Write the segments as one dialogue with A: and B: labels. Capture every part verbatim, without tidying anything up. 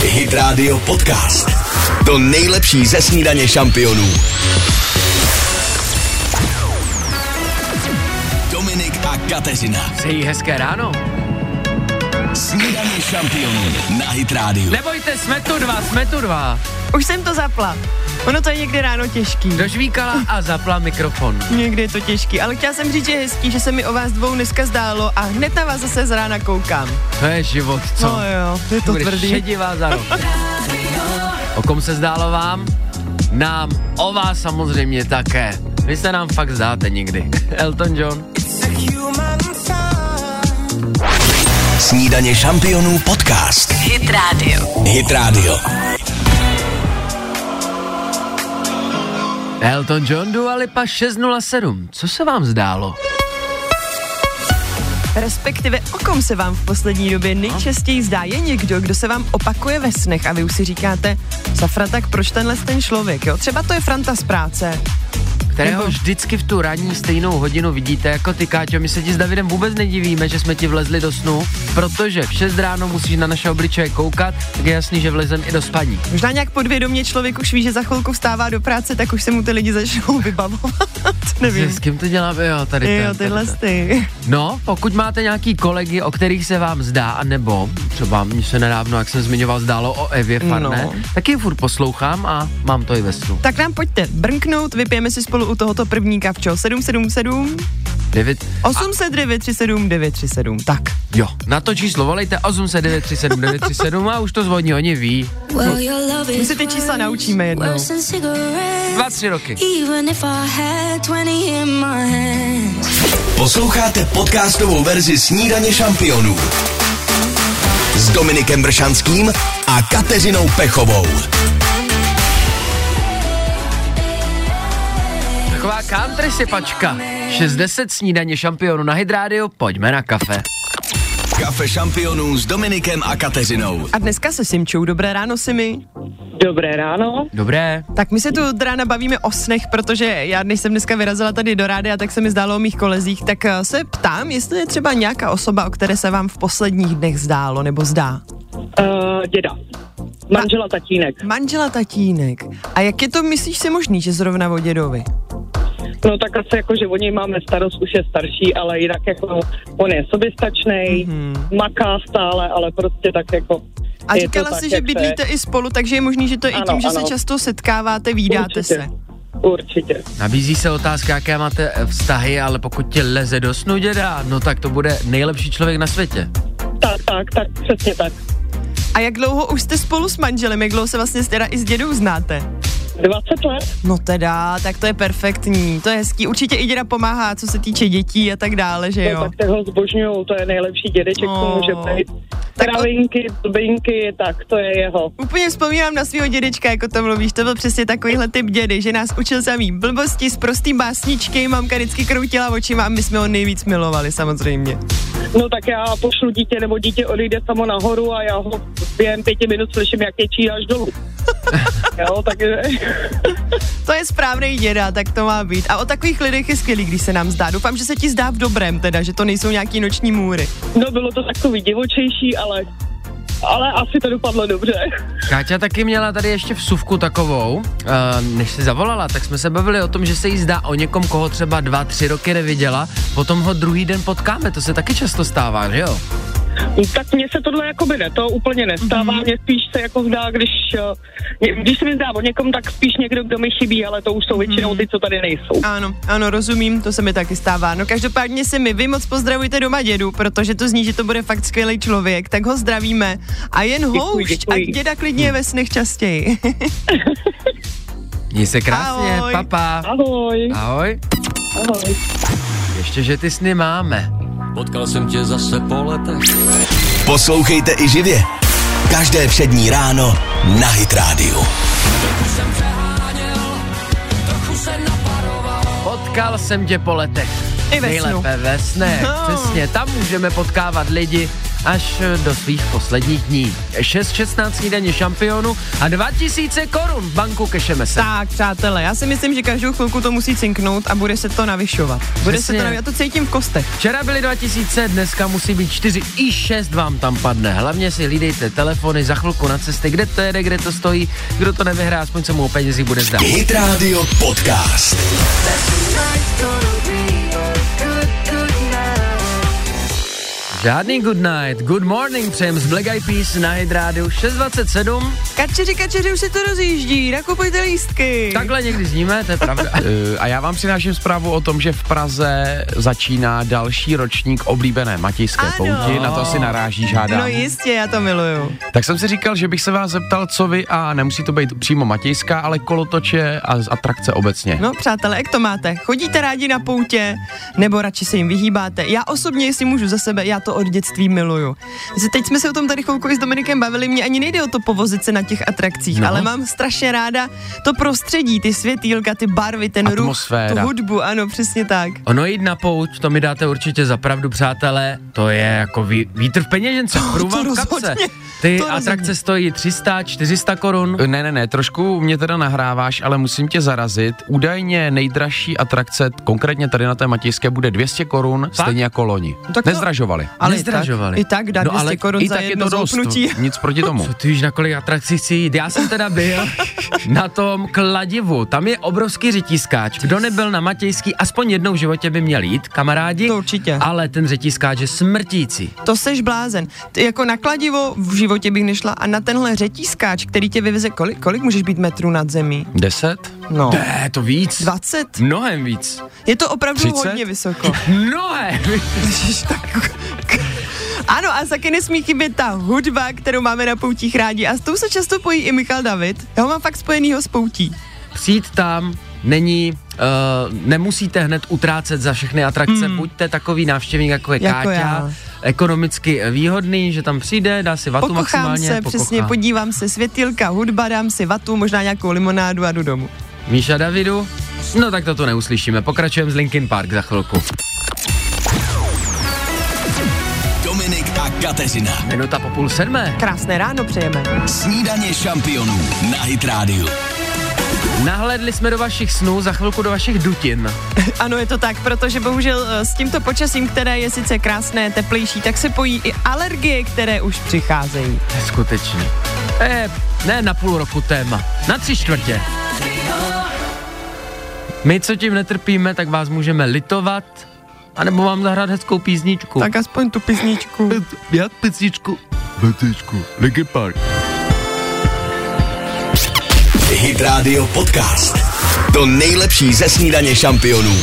A: Hit Radio Podcast. To nejlepší ze snídaně šampionů. Dominik a Kateřina.
B: Přeji hezké ráno.
A: Snídaně šampionů na Hit Radio.
B: Nebojte, jsme tu dva, jsme tu dva.
C: Už jsem to zapla. Ono to je někdy ráno těžký.
B: Dožvíkala a zapla mikrofon.
C: Někdy je to těžký, ale chtěla jsem říct, že je hezký, že se mi o vás dvou dneska zdálo a hned na vás zase z rána koukám.
B: To je život, co?
C: No jo, je to
B: Bude
C: tvrdý.
B: šedivá za rok. O kom se zdálo vám? Nám, o vás samozřejmě také. Vy se nám fakt zdáte někdy. Elton John.
A: Snídaně šampionů podcast.
D: Hit Radio.
A: Hit Radio.
B: Elton John, Dua Lipa, šest nula sedm. Co se vám zdálo?
C: Respektive o kom se vám v poslední době nejčastěji zdá? Je někdo, kdo se vám opakuje ve snech a vy už si říkáte, safra, tak proč tenhle ten člověk, jo? Třeba to je Franta z práce.
B: Kterého vždycky v tu ranní stejnou hodinu vidíte jako ty, Káťo. My se ti s Davidem vůbec nedivíme, že jsme ti vlezli do snu, protože v šest ráno musíš na naše obličeje koukat, tak je jasný, že vlezem i do spaní.
C: Možná nějak podvědomě člověk už ví, že za chvilku vstává do práce, tak už se mu ty lidi začnou vybavovat. Nevím.
B: S kým to děláme, jo, tady ten,
C: Jo, tyhle
B: tady ten.
C: ty.
B: No, pokud máte nějaký kolegy, o kterých se vám zdá, anebo třeba mně se nedávno, jak jsem zmiňoval, zdálo o Evě Farné,
C: No.
B: tak ji furt poslouchám a mám to i ve snu.
C: Tak nám pojďte brnknout, vypijeme si spolu u tohoto prvníka včo. sedm sedm sedm
B: David,
C: osm set devět tři sedm devět tři sedm. Tak.
B: jo, na to číslo volejte osm set devět tři sedm devět tři sedm a už to zvoní, oni ví.
C: My si ty čísla naučíme jednou.
B: Dva, tři roky.
A: Posloucháte podcastovou verzi Snídaně šampionů s Dominikem Bršanským a Kateřinou Pechovou.
B: Taková country sypačka. šest deset Snídaně šampionu na Hit Radio, pojďme na kafe.
A: Kafe šampionů s Dominikem a Kateřinou.
C: A dneska se Simčou. Dobré ráno, Simi.
E: Dobré ráno.
B: Dobré.
C: Tak my se tu od rána bavíme o snech, protože já, než jsem dneska vyrazila tady do rádia, tak se mi zdálo o mých kolezích, tak se ptám, jestli je třeba nějaká osoba, o které se vám v posledních dnech zdálo, nebo zdá.
E: Uh, děda. Manžela tatínek.
C: Manžela tatínek. A jak je to, myslíš si možný, že zrovna o dědovi?
E: No tak asi jako, že o něj máme starost, už je starší, ale jinak jako on je soběstačnej, mm-hmm. maká stále, ale prostě tak jako...
C: A
E: je
C: říkala
E: to
C: si,
E: tak,
C: že
E: jak
C: bydlíte
E: se...
C: i spolu, takže je možný, že to je
E: Ano,
C: i tím, že
E: ano.
C: se často setkáváte, vídáte
E: Určitě.
C: se.
E: Určitě.
B: Nabízí se otázka, jaké máte vztahy, ale pokud ti leze do snu děda, no tak to bude nejlepší člověk na světě.
E: Tak, tak, tak, přesně tak.
C: A jak dlouho už jste spolu s manželem, jak dlouho se vlastně teda i s dědou znáte?
E: dvacet let?
C: No teda, tak to je perfektní, to je hezký. Určitě i děda pomáhá, co se týče dětí a tak dále, že jo?
E: No tak tak ho zbožňujou, to je nejlepší dědeček,
C: Oh.
E: co může být.
C: Tak o-
E: Kravinky, blbinky, tak to je jeho.
C: Úplně vzpomínám na svého dědečka, jako to mluvíš, to byl přesně takovýhle typ dědy, že nás učil samý blbosti z prostý básničky, mamka vždycky kroutila očima a my jsme ho nejvíc milovali samozřejmě.
E: No tak já pošlu dítě, nebo dítě odejde samo nahoru a já ho během pěti minut slyším, jak ječí až dolů. Jo, takže...
C: To je správný děda, tak to má být. A o takových lidech je skvělý, když se nám zdá. Doufám, že se ti zdá v dobrém teda, že to nejsou nějaký noční můry.
E: No bylo to takový divočejší, ale... Ale asi to dopadlo dobře.
B: Káťa taky měla tady ještě vsuvku takovou, uh, než si zavolala, tak jsme se bavili o tom, že se jí zdá o někom, koho třeba dva, tři roky neviděla, potom ho druhý den potkáme, to se taky často stává, že jo?
E: Tak mně se tohle jakoby ne, to úplně nestává,
C: Mhm.
E: mně spíš se jako zdá, když, eh, když se mi zdá o někom, tak spíš někdo, kdo mi chybí, ale to už jsou většinou ty, co tady nejsou.
C: Ano, ano, rozumím, to se mi taky stává. No každopádně si my, vy moc pozdravujte doma dědu, protože to zní, že to bude fakt skvělý člověk, tak ho zdravíme. A jen
E: Děkuji,
C: houšť,
E: děkuji.
C: ať děda klidně je ve snech častěji.
B: Měj se krásně,
C: Ahoj.
B: papa.
E: Ahoj.
B: Ahoj.
E: Ahoj.
B: Ještě, že ty sny máme.
F: Potkal jsem tě zase po letech.
A: Poslouchejte i živě. Každé přední ráno na Hit Radio.
B: Potkal jsem tě po letech.
C: I ve snu.
B: Nejlépe ve snech,
C: No.
B: přesně. Tam můžeme potkávat lidi, až do svých posledních dní. šest šestnáct snídaně šampionu a dva tisíce korun v banku Kešemese.
C: Tak, přátelé, já si myslím, že každou chvilku to musí cinknout a bude se to navyšovat. Bude
B: Přesně.
C: se to navyšovat, já to cítím v kostech.
B: Včera byly dva tisíce, dneska musí být čtyři, i šest vám tam padne. Hlavně si hlídejte telefony za chvilku na cesty, kde to jede, kde to stojí, kdo to nevyhrá, aspoň se mu o penězích bude zdát.
A: Hit Radio Podcast.
B: Žádný good night, good morning přejem z Black Eyed Peas na Hit Radio šest dvacet sedm.
C: Kačeři, kačeři, už se to rozjíždí, nakupujte lístky.
B: Takhle někdy zníme, to je pravda.
D: A já vám přináším zprávu o tom, že v Praze začíná další ročník oblíbené Matějské
C: Ano.
D: pouti, na to si narážíš, hádám.
C: No jistě, já to miluju.
D: Tak jsem si říkal, že bych se vás zeptal, co vy, a nemusí to být přímo Matějská, ale kolotoče a atrakce obecně.
C: No přátelé, jak to máte? Chodíte rádi na poutě, nebo radši se jim vyhýbáte? Já osobně, jestli můžu za sebe, já to od dětství miluju. Teď jsme se o tom tady chvilku i s Dominikem bavili, mě ani nejde o to povozit se na těch atrakcích, no. Ale mám strašně ráda to prostředí, ty světýlka, ty barvy, ten
D: atmosféra.
C: ruch, tu hudbu, ano, přesně tak.
B: Ono jít na pouť, to mi dáte určitě za pravdu, přátelé, to je jako ví, vítr v peněžence, průval v kapse.
C: rozhodně,
B: Ty
C: to
B: atrakce
C: rozhodně.
B: stojí tři sta, čtyři sta korun.
D: Ne, ne, ne, trošku mě teda nahráváš, ale musím tě zarazit. Údajně nejdražší atrakce, konkrétně tady na té Matějské, bude dvě stě korun, stejně jako loni.
C: No tak to-
D: Nezdražovali.
C: Ale
B: Nezdražovali.
C: I tak, i tak dá
B: No,
C: dvě stě
B: ale
C: korun
D: I
C: za
D: tak je
C: jedno
D: to dost,
C: zoupnutí.
D: nic proti tomu.
B: Co ty víš, na kolik atrakcí chci jít? Já jsem teda byl na tom Kladivu, tam je obrovský řetízkáč. Kdo nebyl na Matějský, aspoň jednou v životě by měl jít, kamarádi.
C: To určitě.
B: Ale ten řetízkáč je smrtící.
C: To seš blázen. Ty jako na kladivo v životě bych nešla a na tenhle řetízkáč, který tě vyveze, kolik, kolik můžeš být metrů nad zemí?
D: Deset?
C: No.
B: Ne, to víc.
C: dvacet?
B: Mnohem víc.
C: Je to opravdu
D: třicet?
C: hodně vysoko.
B: Mnohem víc.
C: Ježiš, tak... Ano, a taky nesmí chybět ta hudba, kterou máme na poutích rádi. A s tou se často pojí i Michal David. Já ho mám fakt spojenýho s poutí.
B: Přijít tam není, uh, nemusíte hned utrácet za všechny atrakce, hmm. buďte takový návštěvník, jako je
C: Jako
B: Káťa,
C: já.
B: ekonomicky výhodný, že tam přijde, dá si vatu
C: Pokochám
B: maximálně,
C: se,
B: pokochá.
C: přesně, podívám se, světýlka, hudba, dám si vatu, možná nějakou limonádu a jdu domů.
B: Míša Davidu? No tak to tu neuslyšíme, pokračujeme z Linkin Park za chvilku.
A: Dominik a Kateřina.
B: Minuta po půl sedmé.
C: Krásné ráno přejeme.
A: Snídaně šampionů na Hit Radio.
B: Nahlédli jsme do vašich snů, za chvilku do vašich dutin.
C: Ano, je to tak, protože bohužel eh, s tímto počasím, které je sice krásné, teplejší, tak se pojí i alergie, které už přicházejí.
B: Skutečně. Eh, ne na půl roku téma, na tři čtvrtě. My, co tím netrpíme, tak vás můžeme litovat, anebo vám zahrát hezkou písničku.
C: Tak aspoň tu písničku.
B: Jak písničku?
D: Písničku. Linkin Park.
A: Hit Radio Podcast. To nejlepší ze snídaně šampionů.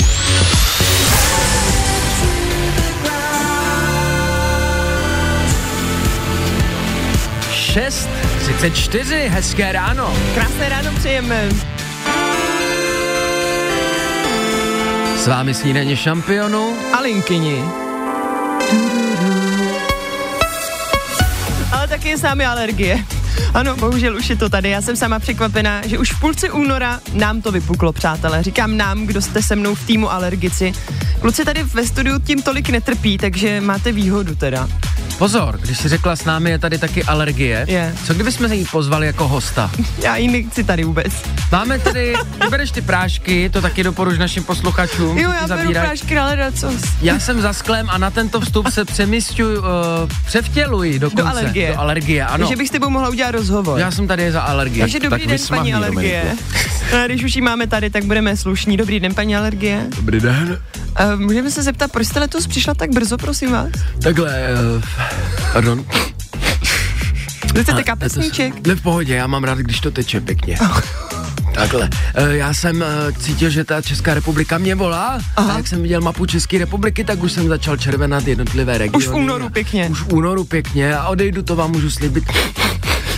B: šest třicet čtyři, hezké ráno.
C: Krásné ráno přejeme.
B: S vámi snídaně šampionů.
C: A linkyni. Ale taky je s námi alergie. Ano, bohužel už je to tady. Já jsem sama překvapená, že už v půlce února nám to vypuklo, přátelé. Říkám nám, kdo jste se mnou v týmu alergici. Kluci tady ve studiu tím tolik netrpí, takže máte výhodu teda.
B: Pozor, když si řekla, s námi je tady taky alergie,
C: Je.
B: co kdybychom ji pozvali jako hosta?
C: Já ji nechci tady vůbec.
B: Máme tady, vybereš ty prášky, to taky doporuč našim posluchačům.
C: Jo,
B: ty
C: já beru
B: zabíraj.
C: prášky, ale na co?
B: Já jsem za sklem a na tento vstup se přemísťuji, uh, převtěluji dokonce.
C: Do alergie.
B: Do alergie, ano.
C: Takže bych s tebou mohla udělat rozhovor.
B: Já jsem tady za alergie.
C: Takže dobrý
D: tak
C: den,
D: vysmahni,
C: paní alergie. A když už ji máme tady, tak budeme slušní. Dobrý den, paní alergie.
D: Dobrý den.
C: Uh, můžeme se zeptat, proč jste letos přišla tak brzo, prosím vás?
B: Takhle, uh, pardon.
C: Chcete
B: A,
C: kapesníček?
B: Ne v pohodě, já mám rád, když to teče pěkně. Takhle, uh, já jsem uh, cítil, že ta Česká republika mě volá.
C: Aha.
B: A jak jsem viděl mapu České republiky, tak už jsem začal červenat jednotlivé regiony.
C: Už v únoru pěkně.
B: Už v únoru pěkně a odejdu, to vám můžu slíbit.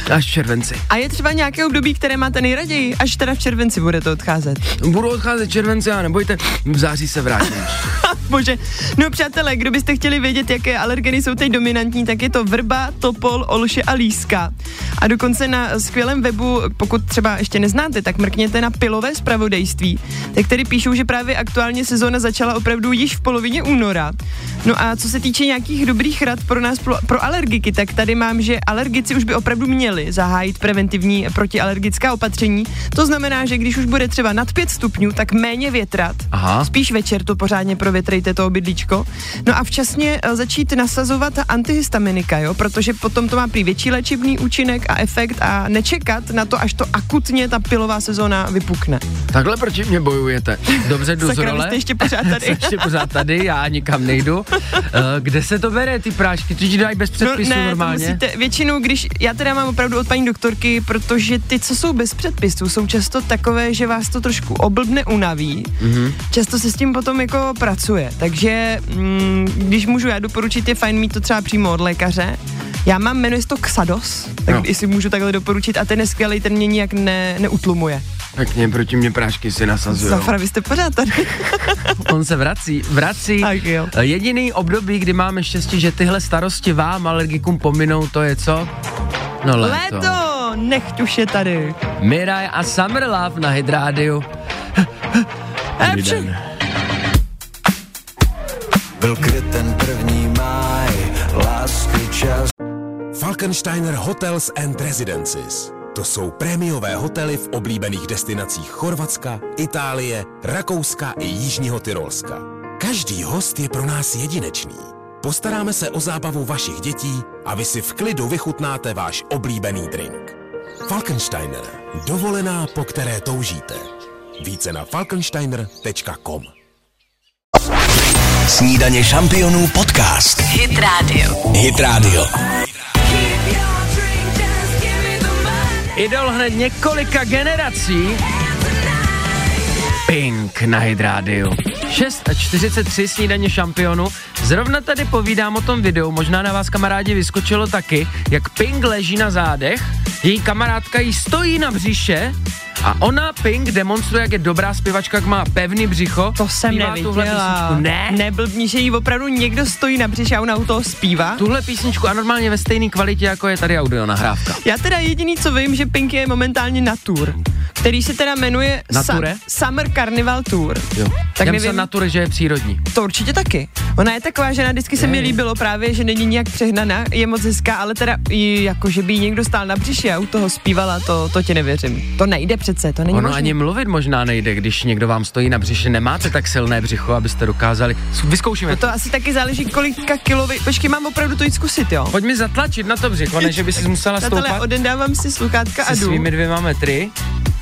B: Až v červenci.
C: A je třeba nějaké období, které máte nejraději? Až teda v červenci bude to odcházet.
B: Budu odcházet v červenci a nebojte, v září se vrátím.
C: Bože, no přátelé, kdo byste chtěli vědět, jaké alergeny jsou teď dominantní, tak je to vrba, topol, olše a líska. A dokonce na skvělém webu, pokud třeba ještě neznáte, tak mrkněte na Pilové zpravodajství, tak tady píšou, že právě aktuálně sezóna začala opravdu již v polovině února. No a co se týče nějakých dobrých rad pro nás, pro, pro alergiky, tak tady mám, že alergici už by opravdu měli zahájit preventivní protialergická opatření. To znamená, že když už bude třeba nad pět stupňů, tak méně větrat.
B: Aha.
C: Spíš večer to pořádně provětrejte to obydlíčko. No a včasně začít nasazovat antihistaminika, jo, protože potom to má prý větší léčebný účinek a efekt a nečekat na to, až to akutně ta pilová sezóna vypukne.
B: Takhle proti mě bojujete. Dobře, jdu z role.
C: Jste ještě pořád tady.
B: Jste ještě pořád tady, já nikam nejdu. Uh, kde se to bere, ty prášky? Ty ti dají bez předpisu
C: no, ne,
B: normálně?
C: Musíte, většinou, když, já teda mám opravdu od paní doktorky, protože ty, co jsou bez předpisů, jsou často takové, že vás to trošku oblbne, unaví. Mm-hmm. Často se s tím potom jako pracuje, takže mm, když můžu já doporučit, je fajn mít to třeba přímo od lékaře. Já mám, jmenuje to Xados, tak no. Jestli můžu takhle doporučit, a ten je skvělý, ten mě nijak ne, neutlumuje.
B: Tak mě proti mě prášky si nasazujou.
C: Zafra, vy jste pořád tady.
B: On se vrací, vrací.
C: Tak jo.
B: Jediný období, kdy máme štěstí, že tyhle starosti vám, alergikům, pominou, to je co? No léto.
C: Léto, nechť už je tady.
B: Miraj a Summer Love na Hit Radio.
A: Dobrý den. Byl květen první máj, lásky čas. Falkensteiner Hotels and Residences. To jsou prémiové hotely v oblíbených destinacích Chorvatska, Itálie, Rakouska i Jižního Tyrolska. Každý host je pro nás jedinečný. Postaráme se o zábavu vašich dětí a vy si v klidu vychutnáte váš oblíbený drink. Falkensteiner. Dovolená, po které toužíte. Více na falkensteiner tečka com. Snídaně šampionů podcast.
G: Hit Radio.
A: Hit Radio.
B: Idol hned několika generací. Pink na Hit Radio. šest a čtyřicet tři Snídaně šampionu. Zrovna tady povídám o tom videu, možná na vás kamarádi vyskočilo taky, jak Pink leží na zádech, její kamarádka jí stojí na břiše a ona, Pink, demonstruje, jak je dobrá zpěvačka, jak má pevný břicho.
C: To jsem neviděla.
B: Ne?
C: Neblbni, že jí opravdu někdo stojí na břiše a ona u toho zpívá.
B: Tuhle písničku a normálně ve stejné kvalitě, jako je tady audio nahrávka.
C: Já teda jediný, co vím, že Pink je momentálně na tour, který se teda jmenuje Sa- Summer Carnival Tour.
B: Jo.
C: Tak
B: Já
C: nevím,
B: myslím na tour, že je přírodní.
C: To určitě taky. Ona je taková žena, vždycky se mi líbilo právě, že není nijak přehnaná, je moc hezká, ale teda i jako, že by jí někdo stál na břiši a u toho zpívala, to, to ti nevěřím. To nejde přece, to není
B: ono
C: možné.
B: Ani mluvit možná nejde, když někdo vám stojí na břiše, nemáte tak silné břicho, abyste dokázali. Vyzkoušíme.
C: No to asi taky záleží, kolika kilový. Počkej, mám opravdu to jít zkusit, jo?
B: Pojď mi zatlačit na to břicho, ne, že by si musela stoupat.
C: Tatele, odendávám si sluchátka a
B: se
C: jdu.
B: svými dvěma metry.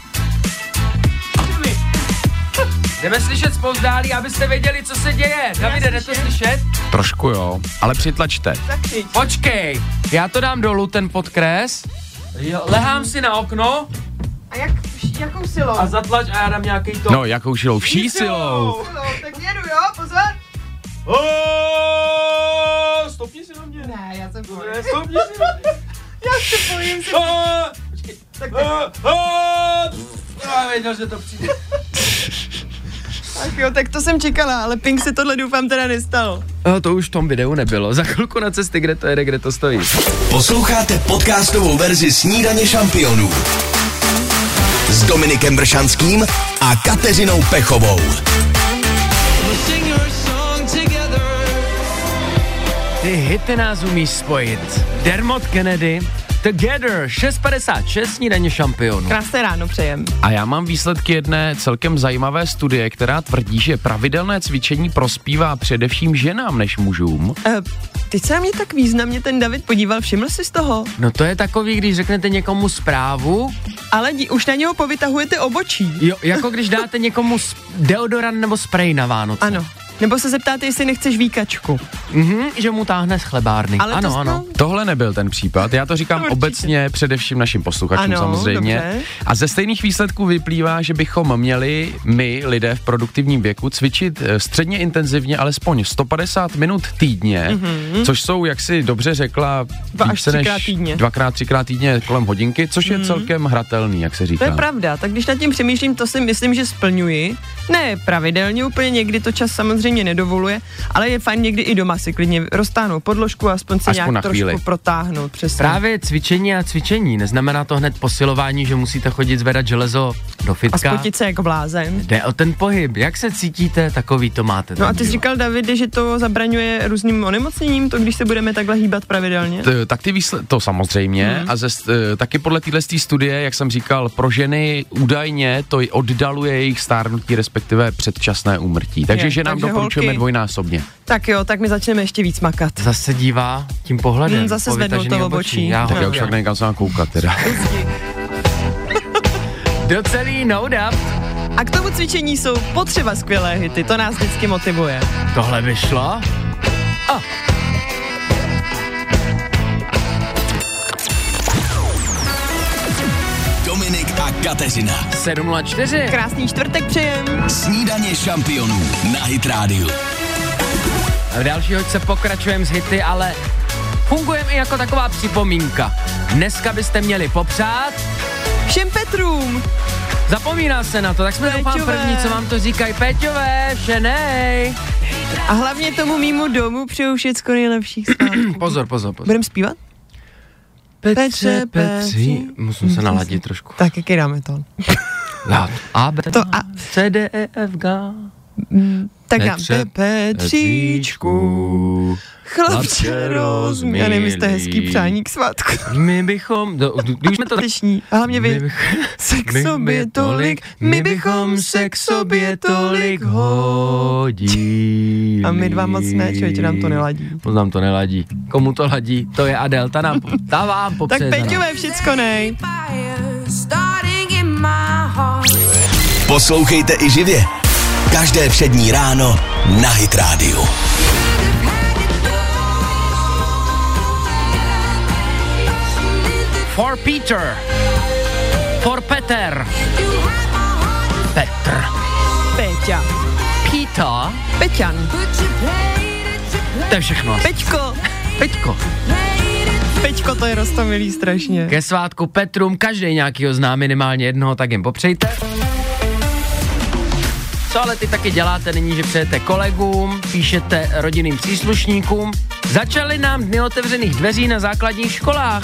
B: Jdeme slyšet zpovzdálí, abyste věděli, co se děje. Davide, jde to slyšet?
D: Trošku jo, ale přitlačte.
B: Počkej, já to dám dolů, ten podkres. Jo, lehám si na okno.
C: A jak, jakou silou?
B: A zatlač a já dám nějaký to.
D: No, jakou silou? Vší silou.
C: Tak jedu, jo, pozor.
B: Oh, stopni si na mě.
C: Ne, já jsem bojím.
B: Stopni si na mě.
C: Já se bojím. Se...
B: Oh, počkej. Tak oh, oh, já věděl, že to přijde.
C: Ach jo, tak to jsem čekala, ale Pink se tohle doufám teda nestalo.
B: No, to už v tom videu nebylo. Za chvilku na cesty, kde to jede, kde to stojí.
A: Posloucháte podcastovou verzi Snídaně šampionů s Dominikem Bršanským a Kateřinou Pechovou.
B: Ty hity nás umí spojit. Dermot Kennedy, Together, šest padesát šest Snídaně šampionů.
C: Krásné ráno přejem.
D: A já mám výsledky jedné celkem zajímavé studie, která tvrdí, že pravidelné cvičení prospívá především ženám než mužům.
C: Uh, teď se na mě tak významně ten David podíval, všiml jsi z toho?
B: No to je takový, když řeknete někomu zprávu.
C: Ale dí, už na něho povytahujete obočí.
B: Jo, jako když dáte někomu deodorant nebo sprej na Vánoce.
C: Ano. Nebo se zeptáte, jestli nechceš víkačku.
B: Mhm, že mu táhne z chlebárny.
C: Ale
B: ano,
C: to
B: ano.
D: Tohle nebyl ten případ, já to říkám
C: Určitě.
D: obecně především našim posluchačům
C: Ano,
D: samozřejmě.
C: dobře.
D: A ze stejných výsledků vyplývá, že bychom měli my, lidé v produktivním věku, cvičit eh, středně intenzivně alespoň sto padesát minut týdně, mm-hmm. což jsou, jak si dobře řekla,
C: Dva až
D: více
C: třikrát
D: než
C: týdně.
D: dvakrát, třikrát týdně kolem hodinky, což je mm. celkem hratelný, jak se říká.
C: To je pravda, tak když nad tím přemýšlím, to si myslím, že splňuji. Ne pravidelně, úplně někdy to čas samozřejmě nedovoluje, ale je fajn někdy i doma si klidně roztáhnout podložku a aspoň si
D: Aspoň
C: nějak
D: na
C: trošku
D: chvíli.
C: protáhnout. Přesně.
B: Právě cvičení a cvičení, neznamená to hned posilování, že musíte chodit zvedat železo do
C: A
B: fitka.
C: spotit se jako blázen.
B: Jde o ten pohyb, jak se cítíte, takový to máte.
C: No a
B: ten
C: ty jsi
B: život.
C: říkal, Davide, že to zabraňuje různým onemocněním, to když se budeme takhle hýbat pravidelně?
D: T- tak ty výsled, to samozřejmě,
C: Mhm.
D: a ze, e, taky podle téhle studie, jak jsem říkal, pro ženy údajně to i oddaluje jejich stárnutí, respektive předčasné úmrtí. Takže
C: Je,
D: ženám
C: takže
D: doporučujeme
C: holky.
D: dvojnásobně.
C: Tak jo, tak my začneme ještě víc makat.
B: Zase dívá tím pohledem.
C: Hmm, zase
B: po
C: zvednou
B: vytažený
C: to
B: obočí.
C: obočí.
B: Já
D: Tak
B: ho
D: já už fakt nekam se mám koukat teda.
B: Docelý no doubt.
C: A k tomu cvičení jsou potřeba skvělé hity, to nás vždycky motivuje.
B: Tohle by šlo? Oh.
G: Dominik a Kateřina.
B: sedm nula čtyři.
C: Krásný čtvrtek přejem.
G: Snídaně šampionů na Hit Radio.
B: A v další hoďce pokračujeme s hity, ale fungujeme i jako taková připomínka. Dneska byste měli popřát,
C: Všem Petrům.
B: zapomíná se na to, tak jsme doufám
C: Péťové.
B: první, co vám to říkají. Péťové, šenej.
C: A hlavně tomu mýmu domu přeju všecko nejlepších svátků.
B: Pozor, pozor, pozor.
C: Budeme zpívat? Petře, Petři.
B: Musím se naladit trošku.
C: Tak, jaký dáme to?
B: Lát. A, B,
C: To A.
B: C, D, E, F, G.
C: Tak dám
B: Petře,
C: Petříčku, chlapče rozumí. Já nevím, jestli to je hezký přání k svátku.
B: My bychom, do, když jsme to tak...
C: Teční. A hlavně
B: My
C: vy,
B: bych-
C: se k
B: my-
C: sobě
B: my
C: tolik, my bychom se k sobě tolik hodili. A my dva moc ne, člověče, nám to neladí.
B: Moc nám to neladí. Komu to ladí? To je Adel, ta nám, ta vám
C: Tak
B: popřeje.
C: Peťové, všecko nej.
G: Poslouchejte i živě. Každé přední ráno na Hit Radio.
B: For Peter. For Peter. Petr.
C: Peťa.
B: Peter.
C: Peťan.
B: To je všechno.
C: Peťko.
B: Peťko.
C: Peťko, to je roztomilý strašně.
B: Ke svátku Petrům každý nějakýho zná, minimálně jednoho, tak jim popřejte. Co ale ty taky děláte, není, že přejete kolegům, píšete rodinným příslušníkům. Začaly nám dny otevřených dveří na základních školách.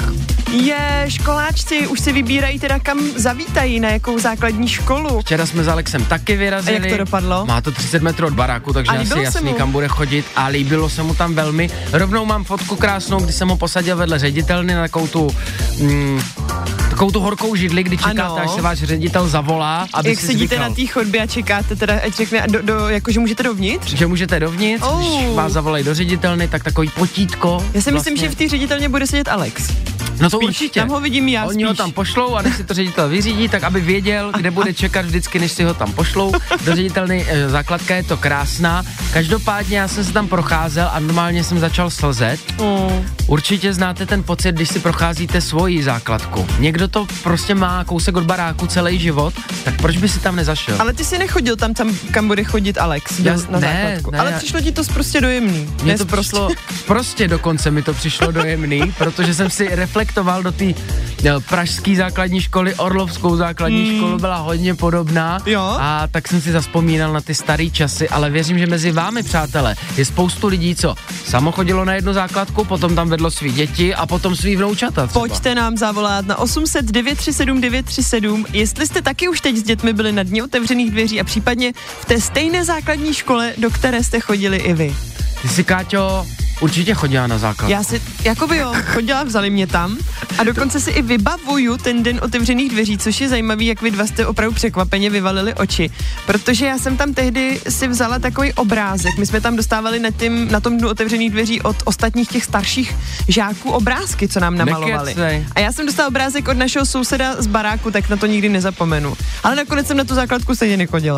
C: Je, školáčci už si vybírají teda kam zavítají, na jakou základní školu.
B: Včera jsme s Alexem taky vyrazili.
C: A jak to dopadlo?
B: Má to třicet metrů od baráku, takže
C: A
B: asi
C: líbilo se
B: jasný,
C: mu?
B: kam bude chodit a líbilo se mu tam velmi. Rovnou mám fotku krásnou, kdy jsem ho posadil vedle ředitelny na takovou tu, mm, takovou tu horkou židli, kdy čekáte,
C: Ano.
B: až se váš ředitel zavolá, aby
C: Jak
B: si
C: sedíte
B: zvykal,
C: na té chodbě a čekáte teda, ať řekne, a do, do, jakože můžete dovnitř?
B: že můžete dovnitř,
C: Oh.
B: když vás zavolají do ředitelny, tak takový potítko.
C: Já si myslím,
B: vlastně.
C: že v té ředitelně bude sedět Alex.
B: No to
C: spíš,
B: určitě.
C: tam ho vidím já
B: Oni ho
C: spíš.
B: tam pošlou a než si to ředitel vyřídí, tak aby věděl, kde bude čekat vždycky, než si ho tam pošlou. Do ředitelny e, základka je to krásná. Každopádně já jsem se tam procházel a normálně jsem začal slzet.
C: Mm.
B: Určitě znáte ten pocit, když si procházíte svoji základku. Někdo to prostě má kousek od baráku celý život, tak proč by si tam nezašel?
C: Ale ty jsi nechodil tam, tam kam bude chodit Alex
B: Já-
C: do, na
B: ne,
C: základku.
B: ne,
C: Ale
B: já-
C: přišlo ti to prostě dojemný.
B: Mně
C: Ne
B: to
C: prostě.
B: přišlo, prostě dokonce mi to přišlo dojemný, protože jsem si reflektoval do té pražské základní školy, Orlovskou základní hmm. školu byla hodně podobná.
C: Jo?
B: A tak jsem si zazpomínal na ty starý časy, ale věřím, že mezi vámi, přátelé, je spoustu lidí, co samo chodilo na jednu základku, potom tam vedlo svý děti a potom svý vnoučata třeba.
C: Pojďte nám zavolat na osm set devět tři sedm devět tři sedm, jestli jste taky už teď s dětmi byli na dní otevřených dveří a případně v té stejné základní škole, do které jste chodili i vy.
B: Ty jsi, Káťo, určitě chodila na základku.
C: Já si, jako by jo, chodila, vzali mě tam a dokonce si i vybavuju ten den otevřených dveří, což je zajímavý, jak vy dva jste opravdu překvapeně vyvalili oči, protože já jsem tam tehdy si vzala takový obrázek, my jsme tam dostávali na, tím, na tom dnu otevřených dveří od ostatních těch starších žáků obrázky, co nám namalovali.
B: Nekecej.
C: A já jsem dostala obrázek od našeho souseda z baráku, tak na to nikdy nezapomenu. Ale nakonec jsem na tu základku stejně nechodila.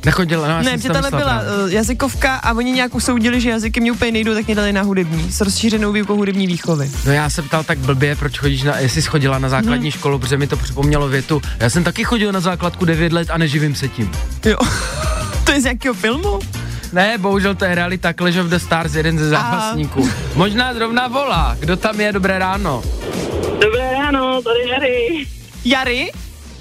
B: Nechodila, no,
C: ne, mě tahle byla uh, jazykovka a oni nějak usoudili, že jazyky mě úplně nejdou, tak mě dali na hudební, s rozšířenou výukou hudební výchovy.
B: No já se ptal tak blbě, proč chodíš na, jestli jsi chodila na základní hmm. školu, protože mi to připomnělo větu. Já jsem taky chodil na základku devět let a neživím se tím.
C: Jo, to je z jakého filmu?
B: Ne, bohužel to je realita, Clash of the Stars, jeden ze zápasníků. Možná zrovna volá, kdo tam je, dobré ráno.
E: Dobré ráno, tady Jary.
C: Jary?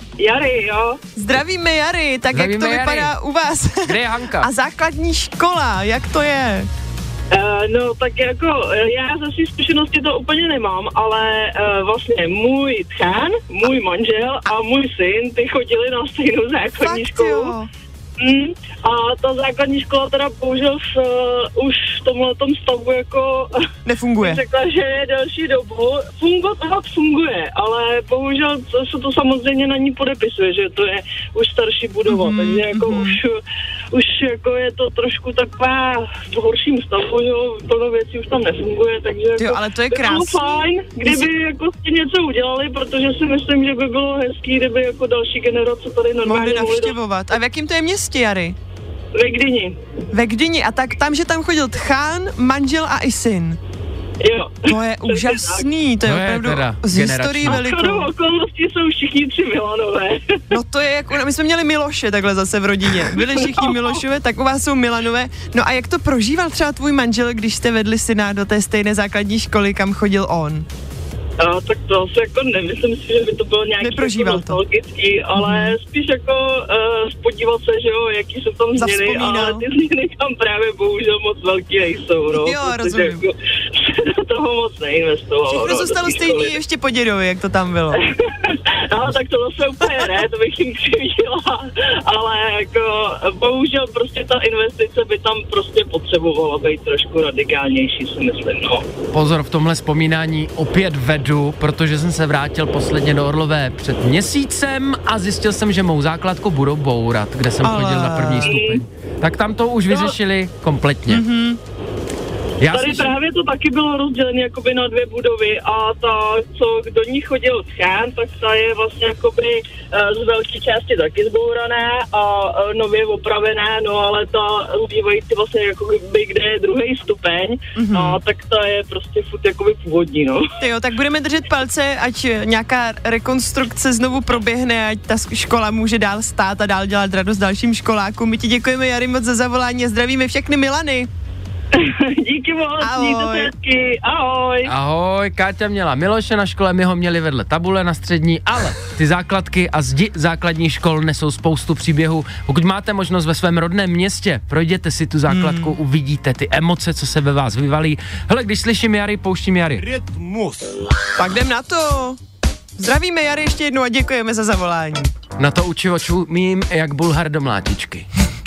E: Jary, jo.
C: Zdravíme Jary, tak Zdravíme jak to Jary. Vypadá u vás?
B: Kde je Hanka?
C: A základní škola, jak to je?
E: Uh, no tak jako, já ze svých zkušenosti to úplně nemám, ale uh, vlastně můj tchán, můj manžel a můj syn, ty chodili na stejnou základní
C: Fakt,
E: školu.
C: Jo.
E: Mm, a ta základní škola teda bohužel v, uh, už v tomhletom stavu jako
C: nefunguje.
E: Řekla, že je delší dobu. Fungovat funguje, ale bohužel to, se to samozřejmě na ní podepisuje, že to je už starší budova, mm, takže jako mm. už, už jako je to trošku taková v horším stavu, jo, plno věcí už tam nefunguje, takže jako
C: jo, ale to je krásný.
E: Bylo fajn, kdyby Jsi... jako s tím něco udělali, protože si myslím, že by bylo hezký, kdyby jako další generace tady normálně
C: mohli navštěvovat. A v jakým to je městě, Jary?
E: Ve Gdyni.
C: Ve Gdyni, a tak tam, že tam chodil tchán, manžel a i syn.
E: Jo.
C: To je úžasný, to je
B: no
C: opravdu
B: je
C: z historií velikou.
E: A okolností jsou všichni tři Milanové.
C: No to je jako, my jsme měli Miloše takhle zase v rodině. Byli všichni Milošové, tak u vás jsou Milanové. No a jak to prožíval třeba tvůj manžel, když jste vedli syna do té stejné základní školy, kam chodil on?
E: A, tak to asi jako nemyslím si, že by to bylo nějaký jako nostalgický, ale mm. spíš jako uh, spodívat se, že jo, jaký jsou tam změny, ale ty změny tam právě bohužel moc velký nejsou, no.
C: Jo, rozumím.
E: Jako, do toho moc neinvestovalo.
C: Všechno no, zůstalo stejný ještě po dědovi, jak to tam bylo.
E: No, tak to zase úplně ne, to bych jim křivila, ale jako bohužel prostě ta investice by tam prostě potřebovala být trošku radikálnější, si myslím, no.
B: Pozor, v tomhle vzpomínání opět vedu, protože jsem se vrátil posledně do Orlové před měsícem a zjistil jsem, že mou základku budou bourat, kde jsem ale... chodil na první stupeň. Tak tam to už vyřešili kompletně. Mm-hmm. Já
E: Tady
B: slyším...
E: právě to taky bylo rozdělené jakoby na dvě budovy a ta, co do ní chodil tchán, tak ta je vlastně jakoby uh, z velké části taky zbouraná a uh, nově opravená, no ale ta zbývající vlastně jakoby, kde je druhý stupeň, mm-hmm. a tak ta je prostě furt jakoby původní, no.
C: Jo, tak budeme držet palce, ať nějaká rekonstrukce znovu proběhne, ať ta škola může dál stát a dál dělat radost dalším školákům. My ti děkujeme, Jary, moc za zavolání a zdravíme všechny Milany.
E: Díky moc, mějte se hezky, ahoj.
B: Ahoj, Káťa měla Miloše na škole, my ho měli vedle tabule na střední, ale ty základky a zdi základních škol nesou spoustu příběhů. Pokud máte možnost ve svém rodném městě, projděte si tu základku, hmm. uvidíte ty emoce, co se ve vás vyvalí. Hele, když slyším Jary, pouštím Jary.
C: Rytmus. Tak jdem na to. Zdravíme Jary ještě jednou a děkujeme za zavolání.
B: Na to učivočů mím jak Bulhar do mlátičky.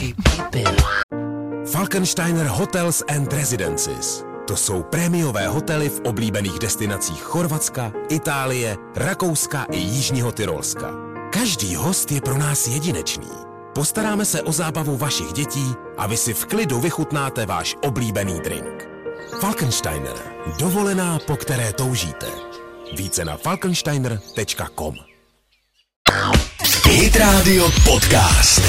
A: Falkensteiner Hotels and Residences. To jsou prémiové hotely v oblíbených destinacích Chorvatska, Itálie, Rakouska i Jižního Tyrolska. Každý host je pro nás jedinečný. Postaráme se o zábavu vašich dětí a vy si v klidu vychutnáte váš oblíbený drink. Falkensteiner. Dovolená, po které toužíte. Více na falkensteiner tečka com.
G: Hit Radio Podcast.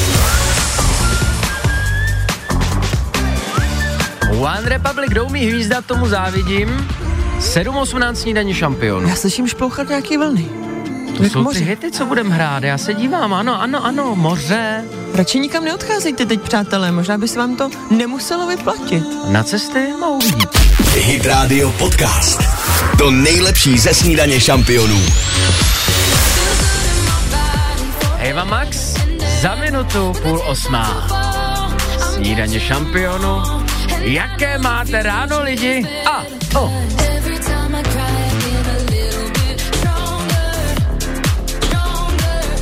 B: One Republic, kdo umí hvízdat, tomu závidím. sedm osmnáct snídaní šampionů.
C: Já slyším šplouchat nějaký vlny.
B: To jsou moře. Ty hity, co budem hrát, já se dívám, ano, ano, ano, moře.
C: Radši nikam neodcházejte teď, přátelé, možná by se vám to nemuselo vyplatit.
B: Na cesty mohou vidět.
G: Hit Radio Podcast. To nejlepší ze snídaně šampionů.
B: Eva Max, za minutu půl osmá. Snídaně šampionu. Jaké máte ráno, lidi? A, o.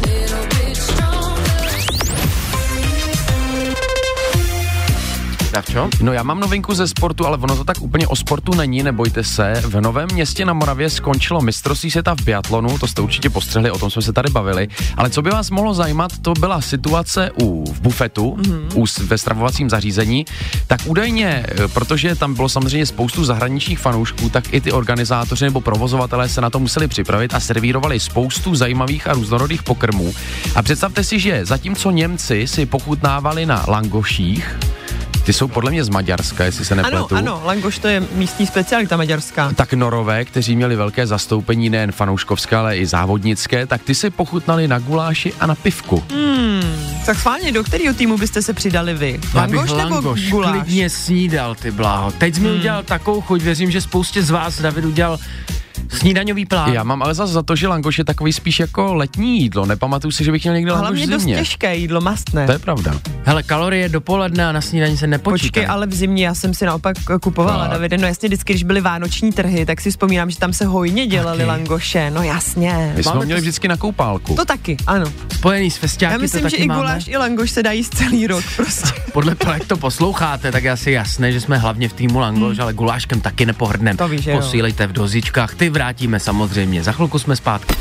B: Davčo? co?
D: No já mám novinku ze sportu, ale ono to tak úplně o sportu není, nebojte se. V Novém Městě na Moravě skončilo mistrovství světa v biatlonu, to jste určitě postřehli, o tom jsme se tady bavili. Ale co by vás mohlo zajímat, to byla situace u v bufetu, mm-hmm. u, ve stravovacím zařízení. Tak údajně, protože tam bylo samozřejmě spoustu zahraničních fanoušků, tak i ty organizátoři nebo provozovatelé se na to museli připravit a servírovali spoustu zajímavých a různorodých pokrmů. A představte si, že zatímco Němci si pochutnávali na langoších, ty jsou podle mě z Maďarska, jestli se nepletu.
C: Ano, ano, langoš to je místní specialita maďarská.
D: Tak Norové, kteří měli velké zastoupení nejen fanouškovské, ale i závodnické, tak ty si pochutnali na guláši a na pivku.
C: Hmm, tak schválně, do kterého týmu byste se přidali vy? Langoš nebo
B: langoš
C: guláš?
B: klidně snídal, ty bláho. Teď jsi mi
C: Hmm.
B: udělal takovou chuť, věřím, že spoustě z vás, David, udělal snídaňový plán.
D: Já mám ale zase za to, že langoš je takový spíš jako letní jídlo. Nepamatuju si, že bych měl někdy langoš
C: Hlavně
D: v
C: dost
D: zimě.
C: těžké jídlo, mastné.
D: To je pravda.
B: Hele, kalorie dopoledne a na snídaní se nepočítají.
C: Počkej, ale v zimě já jsem si naopak kupovala,
D: Tak.
C: Davide, no jasně, vždycky, když byly vánoční trhy, tak si vzpomínám, že tam se hojně dělali
B: Taky.
C: langoše, no jasně.
D: My jsme
B: Máme
D: ho měli
B: to-
D: vždycky na koupálku.
C: To taky, ano.
B: Spojený s festiáky,
C: Já
B: to
C: myslím,
B: taky
C: že i
B: máme.
C: guláš, i langoš se dají z celý rok, prostě.
B: Podle toho, jak to posloucháte, tak je asi jasné, že jsme hlavně v týmu langoš, hmm. ale guláškem taky nepohrdnem.
C: To víš, že jo.
B: Posílejte v dozičkách, ty vrátíme samozřejmě. Za chvilku jsme zpátky.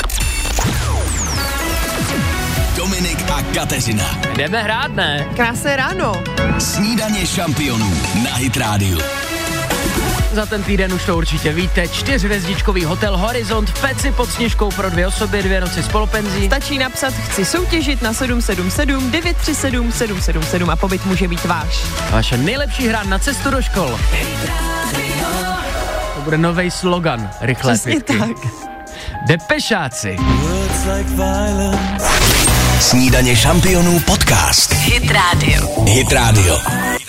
G: Dominik a Kateřina.
B: Jdeme hrát, ne?
C: Krásné ráno.
G: Snídaně šampionů na Hit Radio.
B: Za ten týden už to určitě víte. Čtyřhvězdičkový hotel Horizont v Peci pod Sněžkou pro dvě osoby, dvě noci spolupenzí.
C: Stačí napsat chci soutěžit na sedm sedm sedm devět tři sedm sedm sedm sedm a pobyt může být váš.
B: Vaše nejlepší hra na cestu do škol. To bude nový slogan. Rychlé
C: Přesně
B: pětky.
C: tak.
B: Depešáci.
G: Snídaně šampionů podcast.
H: Hit Radio.
G: Hit Radio.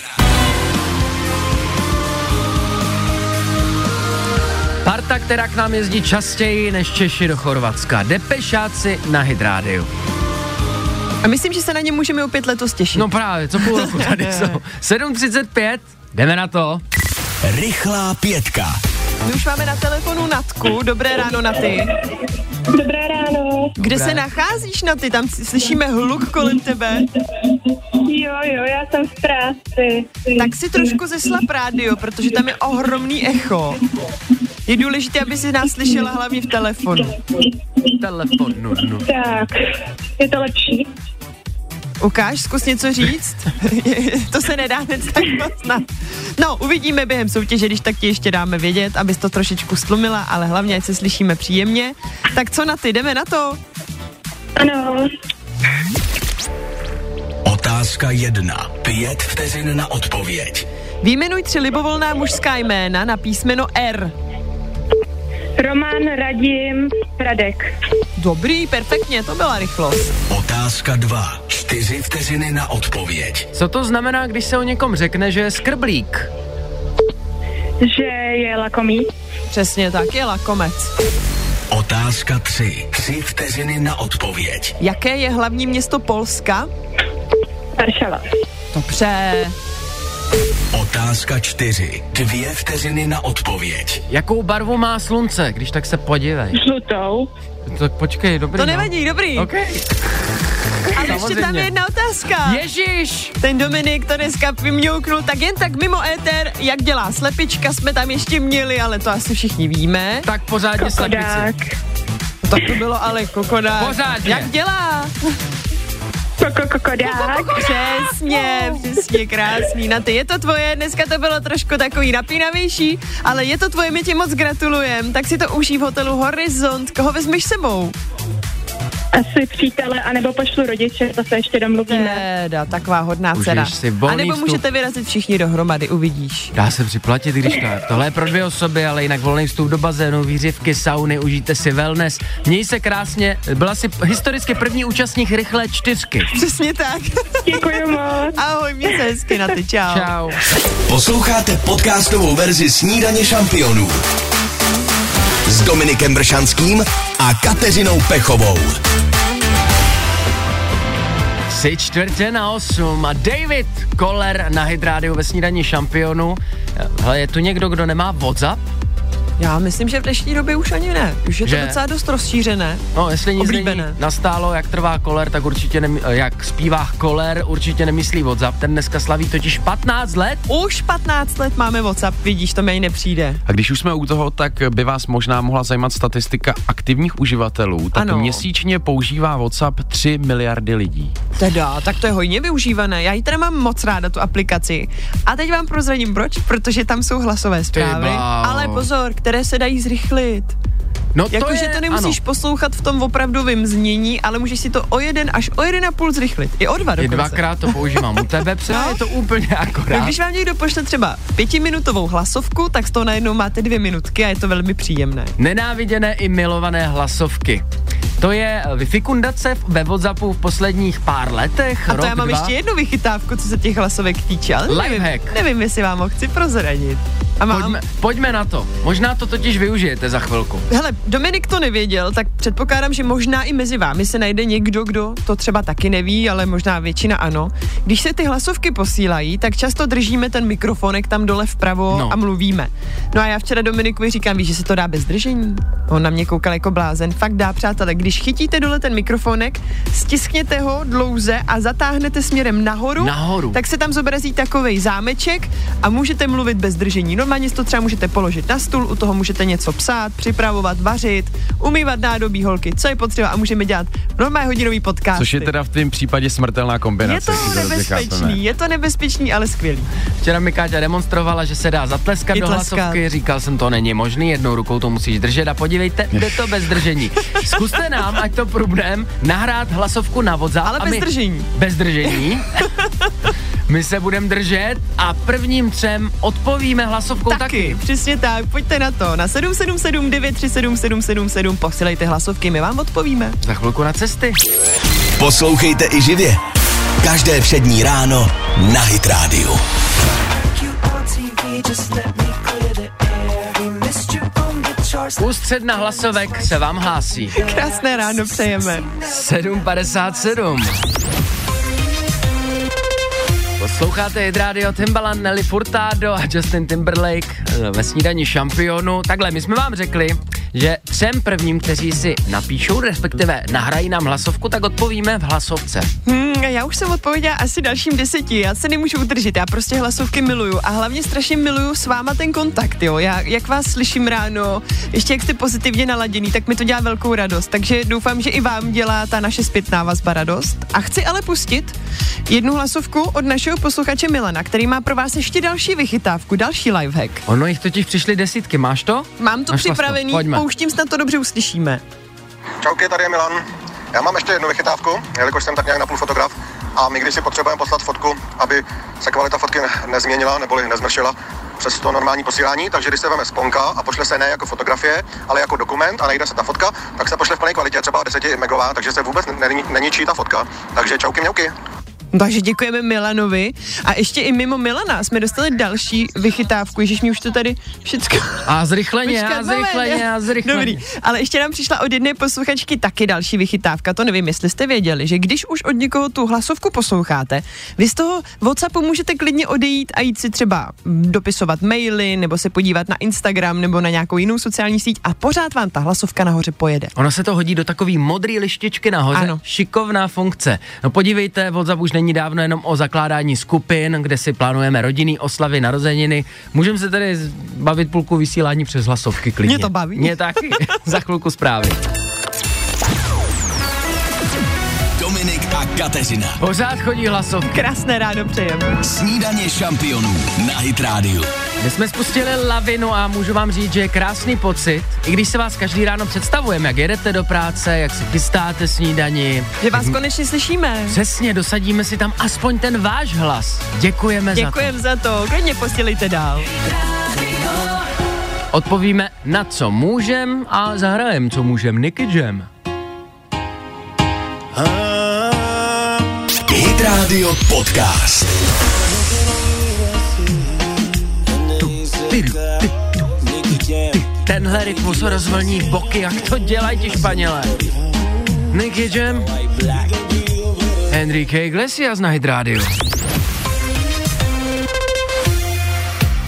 B: Parta, která k nám jezdí častěji než Češi do Chorvatska. Depešáci na Hit Radio.
C: A myslím, že se na ně můžeme opět letos těšit.
B: No právě, co půl roku tady jsou. sedm třicet pět, jdeme na to.
G: Rychlá pětka.
C: My už máme na telefonu Natku. Dobré ráno, Naty.
E: Dobré ráno.
C: Kde
B: Dobré.
C: se nacházíš, Naty? Tam slyšíme hluk kolem tebe.
E: Jo, jo, já jsem v práci.
C: Tak si trošku zeslab rádio, protože tam je ohromný echo. Je důležité, aby si nás slyšela hlavně v telefonu.
B: Telefon, no, no.
E: Tak, je to lepší?
C: Ukáž, zkus něco říct. To se nedá hned tak moc na... No, uvidíme během soutěže, když tak ti ještě dáme vědět, abys to trošičku stlumila, ale hlavně, ať se slyšíme příjemně. Tak co na ty, jdeme na to?
E: Ano.
G: Otázka jedna. Pět vteřin na odpověď.
C: Výjmenuj tři libovolná mužská jména na písmeno R.
E: Roman, Radim, Radek.
C: Dobrý, perfektně, to byla rychlost.
G: Otázka dva. Čtyři vteřiny na odpověď.
B: Co to znamená, když se o někom řekne, že je skrblík?
E: Že je lakomý.
C: Přesně tak, je lakomec.
G: Otázka tři. Tři vteřiny na odpověď.
C: Jaké je hlavní město Polska?
E: Varšava.
C: Dobře.
G: Otázka čtyři. Dvě vteřiny na odpověď.
B: Jakou barvu má slunce, když tak se podívej.
E: Žlutou.
B: Tak počkej, dobrý.
C: To
B: no.
C: nevadí, dobrý.
B: OK.
C: Ale ještě tam
B: samozřejmě.
C: je jedna otázka.
B: Ježíš!
C: Ten Dominik to dneska vymňouknul, tak jen tak mimo éter, jak dělá slepička, jsme tam ještě měli, ale to asi všichni víme.
B: Tak pořádně slepici.
E: Kodák.
C: Tak to bylo ale kokodák.
B: Pořádně.
C: Jak dělá?
E: Koko, kokodák.
C: Přesně, přesně, krásný. Na ty, je to tvoje, dneska to bylo trošku takový napínavější, ale je to tvoje, my ti moc gratulujem. Tak si to užij v hotelu Horizont. Koho vezmeš sebou?
E: Asi přítele, anebo pošlu rodiče, to se ještě domluvíme.
C: Teda, taková hodná
B: Užiješ
C: dcera.
B: si volný
C: A nebo
B: vstup.
C: můžete vyrazit všichni dohromady, uvidíš.
B: Dá se připlatit, když tak. Tohle je pro dvě osoby, ale jinak volný vstup do bazénu, výřivky, sauny, užijte si wellness. Měj se krásně, byla si historicky první účastník rychlé čtyřky.
C: Přesně tak.
E: Děkuji moc.
C: Ahoj, měj se hezky na ty, čau.
B: Čau.
G: Posloucháte podcastovou verzi Snídaně šampionů s Dominikem Bršanským a Kateřinou Pechovou.
B: Tři čtvrtě na osm a David Koller na Hit Radio ve Snídani šampionu. Hele, je tu někdo, kdo nemá WhatsApp?
C: Já myslím, že v dnešní době už ani ne. Už je to
B: Že?
C: docela dost rozšířené.
B: No, jestli nic
C: Oblíbené.
B: není nastálo, jak trvá koler, tak určitě, nem, jak zpívá koler, určitě nemyslí WhatsApp. Ten dneska slaví totiž patnáct let.
C: Už patnáct let máme WhatsApp, vidíš, to mi ani nepřijde.
D: A když už jsme u toho, tak by vás možná mohla zajímat statistika aktivních uživatelů. Tak
C: Ano.
D: měsíčně používá WhatsApp tři miliardy lidí.
C: Teda, tak to je hojně využívané. Já ji teda mám moc ráda, tu aplikaci. A teď vám prozradím proč, protože tam jsou hlasové zprávy.
B: bláho.
C: Ale pozor, které se dají zrychlit.
B: No to
C: Jakože
B: je,
C: to nemusíš
B: ano.
C: poslouchat v tom opravdovém znění, ale můžeš si to o jeden až o jeden a půl zrychlit. I o dva
B: I
C: dokonce.
B: dvakrát to používám u tebe, třeba
C: No.
B: je to úplně
C: Tak
B: akorát.
C: když vám někdo pošle třeba pětiminutovou hlasovku, tak z toho najednou máte dvě minutky a je to velmi příjemné.
B: Nenáviděné i milované hlasovky. To je vyfikundace ve WhatsAppu v posledních pár letech,
C: A to
B: rok,
C: já mám
B: dva.
C: ještě jednu vychytávku, co se těch hlasovek týče, ale nevím,
B: Lifehack.
C: nevím, jestli vám ho chci prozradit. A mám,
B: Pojďme, pojďme na to. Možná to totiž využijete za chvilku.
C: hele, Dominik to nevěděl, tak předpokládám, že možná i mezi vámi se najde někdo, kdo to třeba taky neví, ale možná většina ano. Když se ty hlasovky posílají, tak často držíme ten mikrofonek tam dole vpravo
B: No.
C: a mluvíme. No a já včera Dominikovi říkám, víš, že se to dá bez držení? On na mě koukal jako blázen. Fakt dá, přátelé, když chytíte dole ten mikrofonek, stiskněte ho dlouze a zatáhnete směrem nahoru,
B: Nahoru.
C: tak se tam zobrazí takovej zámeček a můžete mluvit bez držení. Normálně si to třeba můžete položit na stůl, u toho můžete něco psát, připravovat, vařit, umývat nádobí, holky, co je potřeba a můžeme dělat normálně hodinový podcast.
D: Což je teda v tom případě smrtelná kombinace.
C: Je to
D: jestli hrozně chápeme.
C: nebezpečný, je to nebezpečný, ale skvělý.
B: Včera mi Káťa demonstrovala, že se dá zatleskat
C: I
B: do
C: tleskat.
B: hlasovky, říkal jsem, to není možný, jednou rukou to musíš držet a podívejte, jde to bez držení. Zkuste nám, ať to průbnem, nahrát hlasovku na WhatsApp.
C: Ale
B: a
C: bez
B: my,
C: držení.
B: Bez držení. My se budeme držet a prvním třem odpovíme hlasovkou taky.
C: Taky, přesně tak, pojďte na to. Na sedm sedm sedm devět tři sedm sedm sedm sedm posílejte hlasovky, my vám odpovíme.
B: Za chvilku na cesty.
G: Poslouchejte i živě. Každé přední ráno na Hit Radio.
B: Ústřed na hlasovek se vám hlásí.
C: Krásné ráno přejeme.
B: sedm padesát sedm. Posloucháte Hit Radio, Timbaland, Nelly Furtado a Justin Timberlake ve snídani šampionu. Takhle, my jsme vám řekli, že třem prvním, kteří si napíšou, respektive nahrají nám hlasovku, tak odpovíme v hlasovce.
C: Hmm, já už jsem odpověděla asi dalším deseti, já se nemůžu udržet, já prostě hlasovky miluju a hlavně strašně miluju s váma ten kontakt, jo. Já, jak vás slyším ráno, ještě jak jste pozitivně naladěný, tak mi to dělá velkou radost, takže doufám, že i vám dělá ta naše zpětná vazba radost. A chci ale pustit jednu hlasovku od našeho posluchače Milana, který má pro vás ještě další vychytávku, další lifehack.
B: Ono jich totiž přišly desítky, máš to?
C: Mám to
B: Našla jsi to,
C: připravený,
B: pojďme.
C: pouštím, snad to dobře uslyšíme.
H: Čauky, tady je Milan. Já mám ještě jednu vychytávku, jelikož jsem tak nějak napůl fotograf a my když si potřebujeme poslat fotku, aby se kvalita fotky ne- nezměnila neboli nezmršila přes to normální posílání, takže když se veme sponka a pošle se ne jako fotografie, ale jako dokument a nejde se ta fotka, tak se pošle v plné kvalitě, třeba deset megová, takže se vůbec ne- neničí ta fotka. Takže čauky mňauky.
C: Takže děkujeme Milanovi a ještě i mimo Milana jsme dostali další vychytávku, ježiš, mi už to tady všecko...
B: A zrychleně,
C: Počkat,
B: a zrychleně,
C: moment.
B: a zrychleně.
C: Dobrý, ale ještě nám přišla od jedné posluchačky taky další vychytávka, to nevím, jestli jste věděli, že když už od někoho tu hlasovku posloucháte, vy z toho WhatsAppu můžete klidně odejít a jít si třeba dopisovat maily, nebo se podívat na Instagram, nebo na nějakou jinou sociální síť a pořád vám ta hlasovka nahoře pojede.
B: Ono se to hodí do takový modrý lištičky nahoře.
C: Ano.
B: Šikovná funkce. No podívejte, WhatsApp už není dávno jenom o zakládání skupin, kde si plánujeme rodinný oslavy, narozeniny. Můžeme se tady bavit půlku vysílání přes hlasovky klidně.
C: Mě to baví.
B: Mě taky. Za chvilku zprávy.
G: Dominik a Kateřina.
B: Pořád chodí hlasovky.
C: Krásné ráno přejeme.
G: Snídaně šampionů na Hit Radio.
B: My jsme spustili lavinu a můžu vám říct, že je krásný pocit, i když se vás každý ráno představujeme, jak jedete do práce, jak si chystáte snídani.
C: Že vás konečně slyšíme.
B: Přesně, dosadíme si tam aspoň ten váš hlas. Děkujeme,
C: Děkujem za to, klidně posílejte dál.
B: za to. Odpovíme na co můžem a zahrajem co můžem. Nicky Jam.
G: Hit Radio Podcast.
B: Tenhle rytmus rozvlní boky, jak to dělají ti Španělé. Nicky Jam. Enrique Iglesias na Hit Radio.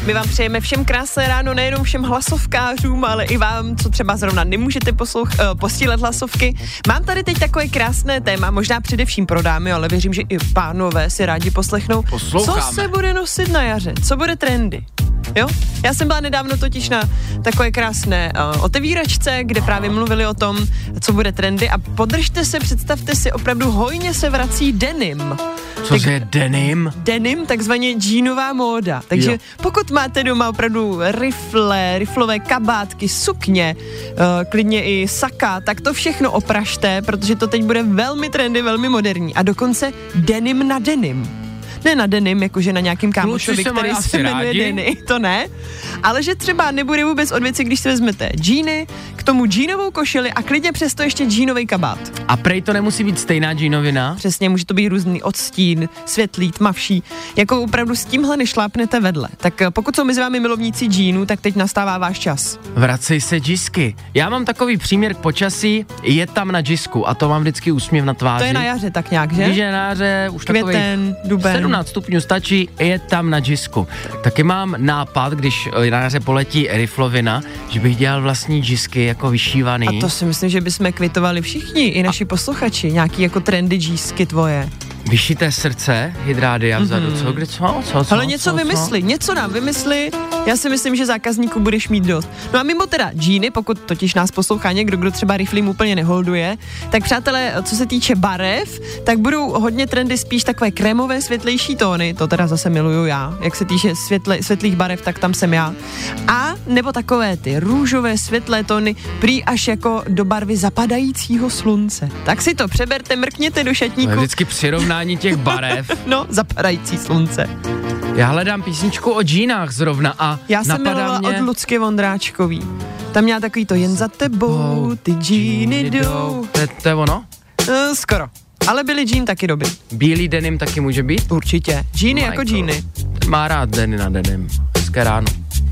C: My vám přejeme všem krásné ráno, nejenom všem hlasovkářům, ale i vám, co třeba zrovna nemůžete poslouch, uh, posílat hlasovky. Mám tady teď takové krásné téma, možná především pro dámy, ale věřím, že i pánové si rádi poslechnou.
B: Posloucháme.
C: Co se bude nosit na jaře? Co bude trendy? Jo? Já jsem byla nedávno totiž na takové krásné uh, otevíračce, kde právě mluvili o tom, co bude trendy a podržte se, představte si, opravdu hojně se vrací denim.
B: Co tak, je denim?
C: Denim, takzvaně džínová móda. Takže jo. Pokud máte doma opravdu rifle, riflové kabátky, sukně, uh, klidně i saka, tak to všechno opražte, protože to teď bude velmi trendy, velmi moderní. A dokonce denim na denim. Ne na denim, jakože na nějakým kámošovi, který se jmenuje rádi. Denny, to ne, ale že třeba nebude vůbec od věci, když si vezmete džíny, k tomu džínovou košili a klidně přesto ještě džínový kabát.
B: A prej to nemusí být stejná džínovina?
C: Přesně, může to být různý odstín, světlý, tmavší, jako opravdu s tímhle nešlápnete vedle. Tak pokud jsou mezi vámi milovníci džínů, tak teď nastává váš čas.
B: Vracej se džisky. Já mám takový příměr k počasí, je tam na džisku a to mám vždycky úsměv na tváři.
C: To je na jaře tak nějak, že?
B: Když je na jaře, už
C: květen, duben.
B: sedmnáct stupňů stačí, je tam na džisku. Taky mám nápad, když na jaře poletí riflovina, že bych dělal vlastní džisky jako vyšívaný.
C: A to si myslím, že bychom kvitovali všichni, i naši a... posluchači, nějaký jako trendy džísky tvoje.
B: Vyšité srdce, Hydrádia vzadu, mm-hmm. co, kde, co, co, co,
C: ale něco
B: co,
C: vymysli,
B: co?
C: něco nám vymysli, já si myslím, že zákazníků budeš mít dost. No a mimo teda džíny, pokud totiž nás poslouchá někdo, kdo třeba riflím úplně neholduje, tak přátelé, co se týče barev, tak budou hodně trendy spíš takové krémové, světlejší tóny, to teda zase miluju já, jak se týče světle, světlých barev, tak tam jsem já. A nebo takové ty růžové, světlé tóny, prý až jako do barvy zapadajícího slunce. Tak si to přeberte, mrkněte do šatníku.
B: Vždycky přirovnání těch barev.
C: No, zapadající slunce.
B: Já hledám písničku o džínách zrovna a
C: já jsem
B: napadá
C: mě...
B: mě...
C: od Lucky Vondráčkový. Tam měla takový to jen za tebou, ty džíny jdou.
B: To, to je ono?
C: Uh, skoro. Ale Billie Jean taky dobrý.
B: Bílý denim taky může být?
C: Určitě. Džíny jako džíny.
B: Má rád deny na denim. Hezké ráno.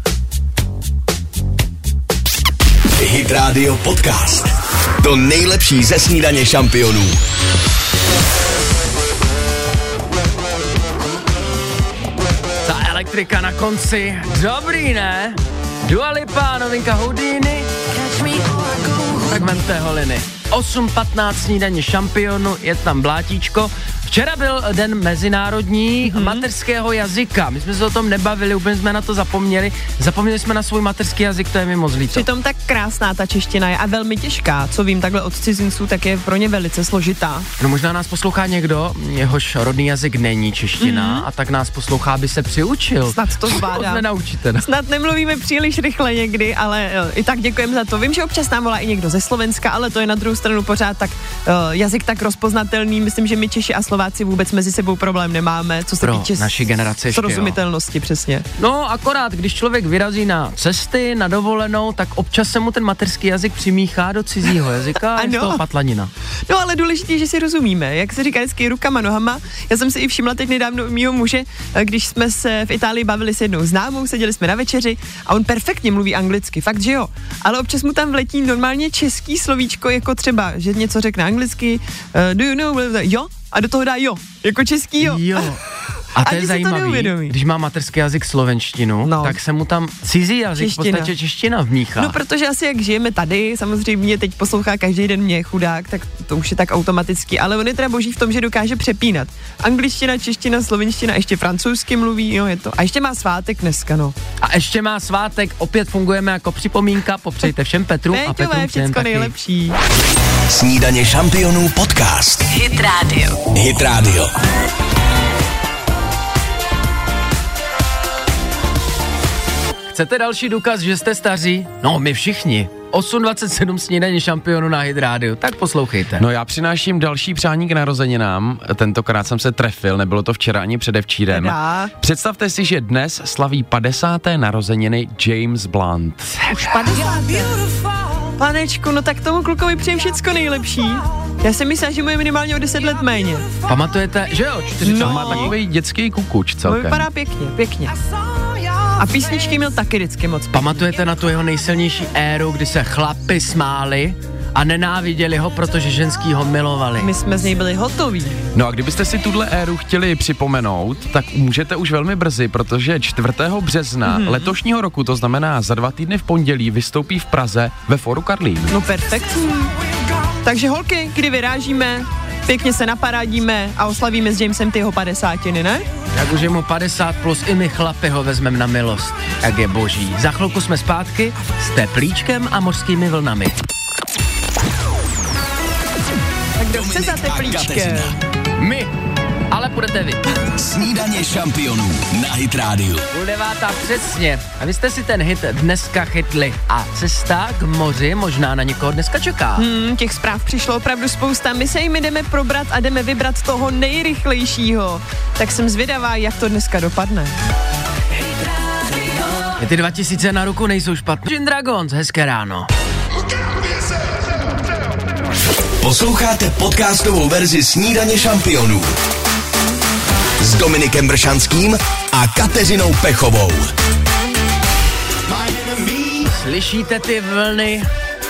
G: Hit Radio Podcast. To nejlepší ze snídaně šampionů.
B: Ta elektrika na konci. Dobrý, ne? Dua Lipa, novinka Houdini. Tak vemte holiny. osm patnáct snídaně šampionu, je tam blátíčko. Včera byl den mezinárodní mm-hmm. mateřského jazyka. My jsme se o tom nebavili, úplně jsme na to zapomněli. Zapomněli jsme na svůj mateřský jazyk, to je mi moc líto.
C: Přitom tak krásná ta čeština je a velmi těžká. Co vím takhle od cizinců, tak je pro ně velice složitá.
B: No možná nás poslouchá někdo, jehož rodný jazyk není čeština mm-hmm. a tak nás poslouchá, aby se přiučil.
C: Snad to zvládá.
B: Nenaučíte, ne?
C: Snad nemluvíme příliš rychle někdy, ale jo, i tak děkujeme za to. Vím, že občas nám volá i někdo ze Slovenska, ale to je na druhou stranu pořád tak uh, jazyk tak rozpoznatelný. Myslím, že my Češi a Slováci vůbec mezi sebou problém nemáme, co se
B: Pro
C: týče
B: naší generace
C: srozumitelnosti, přesně.
B: No, akorát, když člověk vyrazí na cesty, na dovolenou, tak občas se mu ten mateřský jazyk přimíchá do cizího jazyka a je z toho patlanina.
C: No, ale důležité je, že si rozumíme, jak se říká vždycky rukama, nohama. Já jsem si i všimla teď nedávno u mýho muže, když jsme se v Itálii bavili s jednou známou, seděli jsme na večeři a on perfektně mluví anglicky, fakt, že jo. Ale občas mu tam vletí normálně český slovíčko, jako třeba, že něco řekne anglicky, uh, do you know, jo? A do toho dá jo, jako český jo.
B: Jo. A to je zajímavý, když má mateřský jazyk slovenštinu, no. tak se mu tam cizí jazyk, čeština. v podstatě čeština vmíchá.
C: No, protože asi jak žijeme tady, samozřejmě teď poslouchá každý den mě chudák, tak to už je tak automaticky, ale on je teda boží v tom, že dokáže přepínat. Angličtina, čeština, slovenština, ještě francouzsky mluví, jo, je to. A ještě má svátek dneska, no.
B: A ještě má svátek, opět fungujeme jako připomínka, popřejte všem Petrům a Petrům všem taky.
C: Nejlepší.
G: Snídaně šampionů podcast.
I: Hit Radio.
G: Hit Radio.
B: Chcete další důkaz, že jste staří? No, my všichni. osm dvacet sedm snídaně šampionu na Hit Radio, tak poslouchejte.
D: No já přináším další přání k narozeninám, tentokrát jsem se trefil, nebylo to včera ani předevčírem.
C: Teda.
D: Představte si, že dnes slaví padesáté narozeniny James Blunt.
C: Už padesáté. Panečku, no tak tomu klukovi přeji všecko nejlepší. Já jsem myslela, že mu je minimálně o deset let méně.
B: Pamatujete, že jo, čtyři
D: no. Má takový dětský kukuč celkem.
C: To vypadá pěkně, pěkně. A písničky měl taky vždycky moc.
B: Pamatujete na tu jeho nejsilnější éru, kdy se chlapi smáli a nenáviděli ho, protože ženský ho milovali.
C: My jsme z něj byli hotoví.
D: No a kdybyste si tuhle éru chtěli připomenout, tak můžete už velmi brzy, protože čtvrtého března hmm. letošního roku, to znamená za dva týdny v pondělí, vystoupí v Praze ve Fóru Karlín.
C: No perfektní. Takže holky, kdy vyrážíme, pěkně se naparádíme a oslavíme s Jamesem ty jeho padesátiny, ne?
B: Jak už je mu padesát plus, i my chlapi ho vezmeme na milost. Jak je boží. Za chvilku jsme zpátky s teplíčkem a mořskými vlnami.
C: Tak kdo chce za teplíčkem?
B: My, ale půjdete vy.
G: Snídaně šampionů na Hit Radio.
B: Půl devátá přesně. A vy jste si ten hit dneska chytli. A cesta k moři možná na někoho dneska čeká.
C: Hmm, těch zpráv přišlo opravdu spousta. My se jim jdeme probrat a jdeme vybrat toho nejrychlejšího. Tak jsem zvědavá, jak to dneska dopadne.
B: Je ty dva tisíce na ruku nejsou špatné. Imagine Dragons, hezké ráno.
G: Posloucháte podcastovou verzi Snídaně šampionů s Dominikem Bršanským a Kateřinou Pechovou.
B: Slyšíte ty vlny?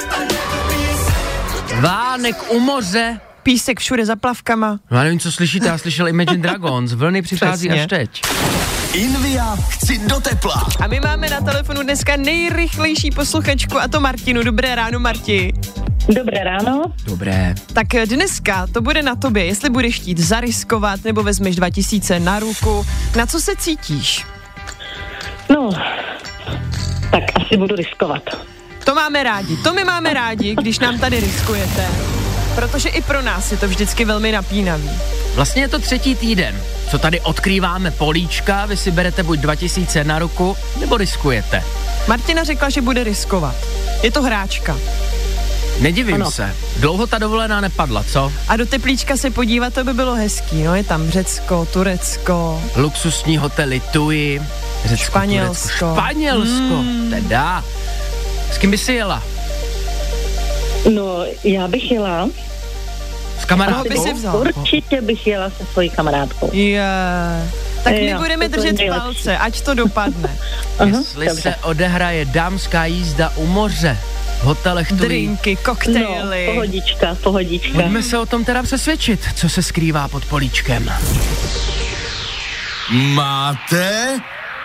B: Vánek u moře.
C: Písek všude za plavkama.
B: No já nevím, co slyšíte, já slyšel Imagine Dragons. Vlny přichází
C: Přesně.
B: až teď.
G: Invia, chci do tepla.
C: A my máme na telefonu dneska nejrychlejší posluchačku, a to Martinu. Dobré ráno, Marti.
E: Dobré ráno.
B: Dobré.
C: Tak dneska to bude na tobě, jestli budeš chtít zariskovat nebo vezmeš dva tisíce na ruku. Na co se cítíš?
E: No, tak asi budu riskovat.
C: To máme rádi, to my máme rádi, když nám tady riskujete. Protože i pro nás je to vždycky velmi napínavý.
B: Vlastně je to třetí týden, co tady odkrýváme políčka, vy si berete buď dva tisíce na ruku, nebo riskujete.
C: Martina řekla, že bude riskovat. Je to hráčka.
B: Nedivím
E: Ano.
B: se. Dlouho ta dovolená nepadla, co?
C: A do teplíčka se podívat, to by bylo hezký, no, je tam Řecko, Turecko.
B: Luxusní hotely Tui, Řecko,
C: Španělsko.
B: Turecko, Španělsko,
C: Hmm.
B: teda. S kým by si jela?
E: No, já bych jela.
B: S
C: Koho
B: kamarádkou?
C: by si vzal?
E: Určitě bych jela se svojí kamarádkou.
C: Yeah. Tak my
E: Jo,
C: budeme
E: to je
C: držet
E: nejlepší.
C: palce, ať to dopadne.
E: Aha,
B: Jestli
E: dobře.
B: se odehraje dámská jízda u moře, v hotelech Tui,
C: Drinky,
E: No,
C: koktejly.
E: pohodička, pohodička.
B: pojďme se o tom teda přesvědčit, co se skrývá pod políčkem.
G: Máte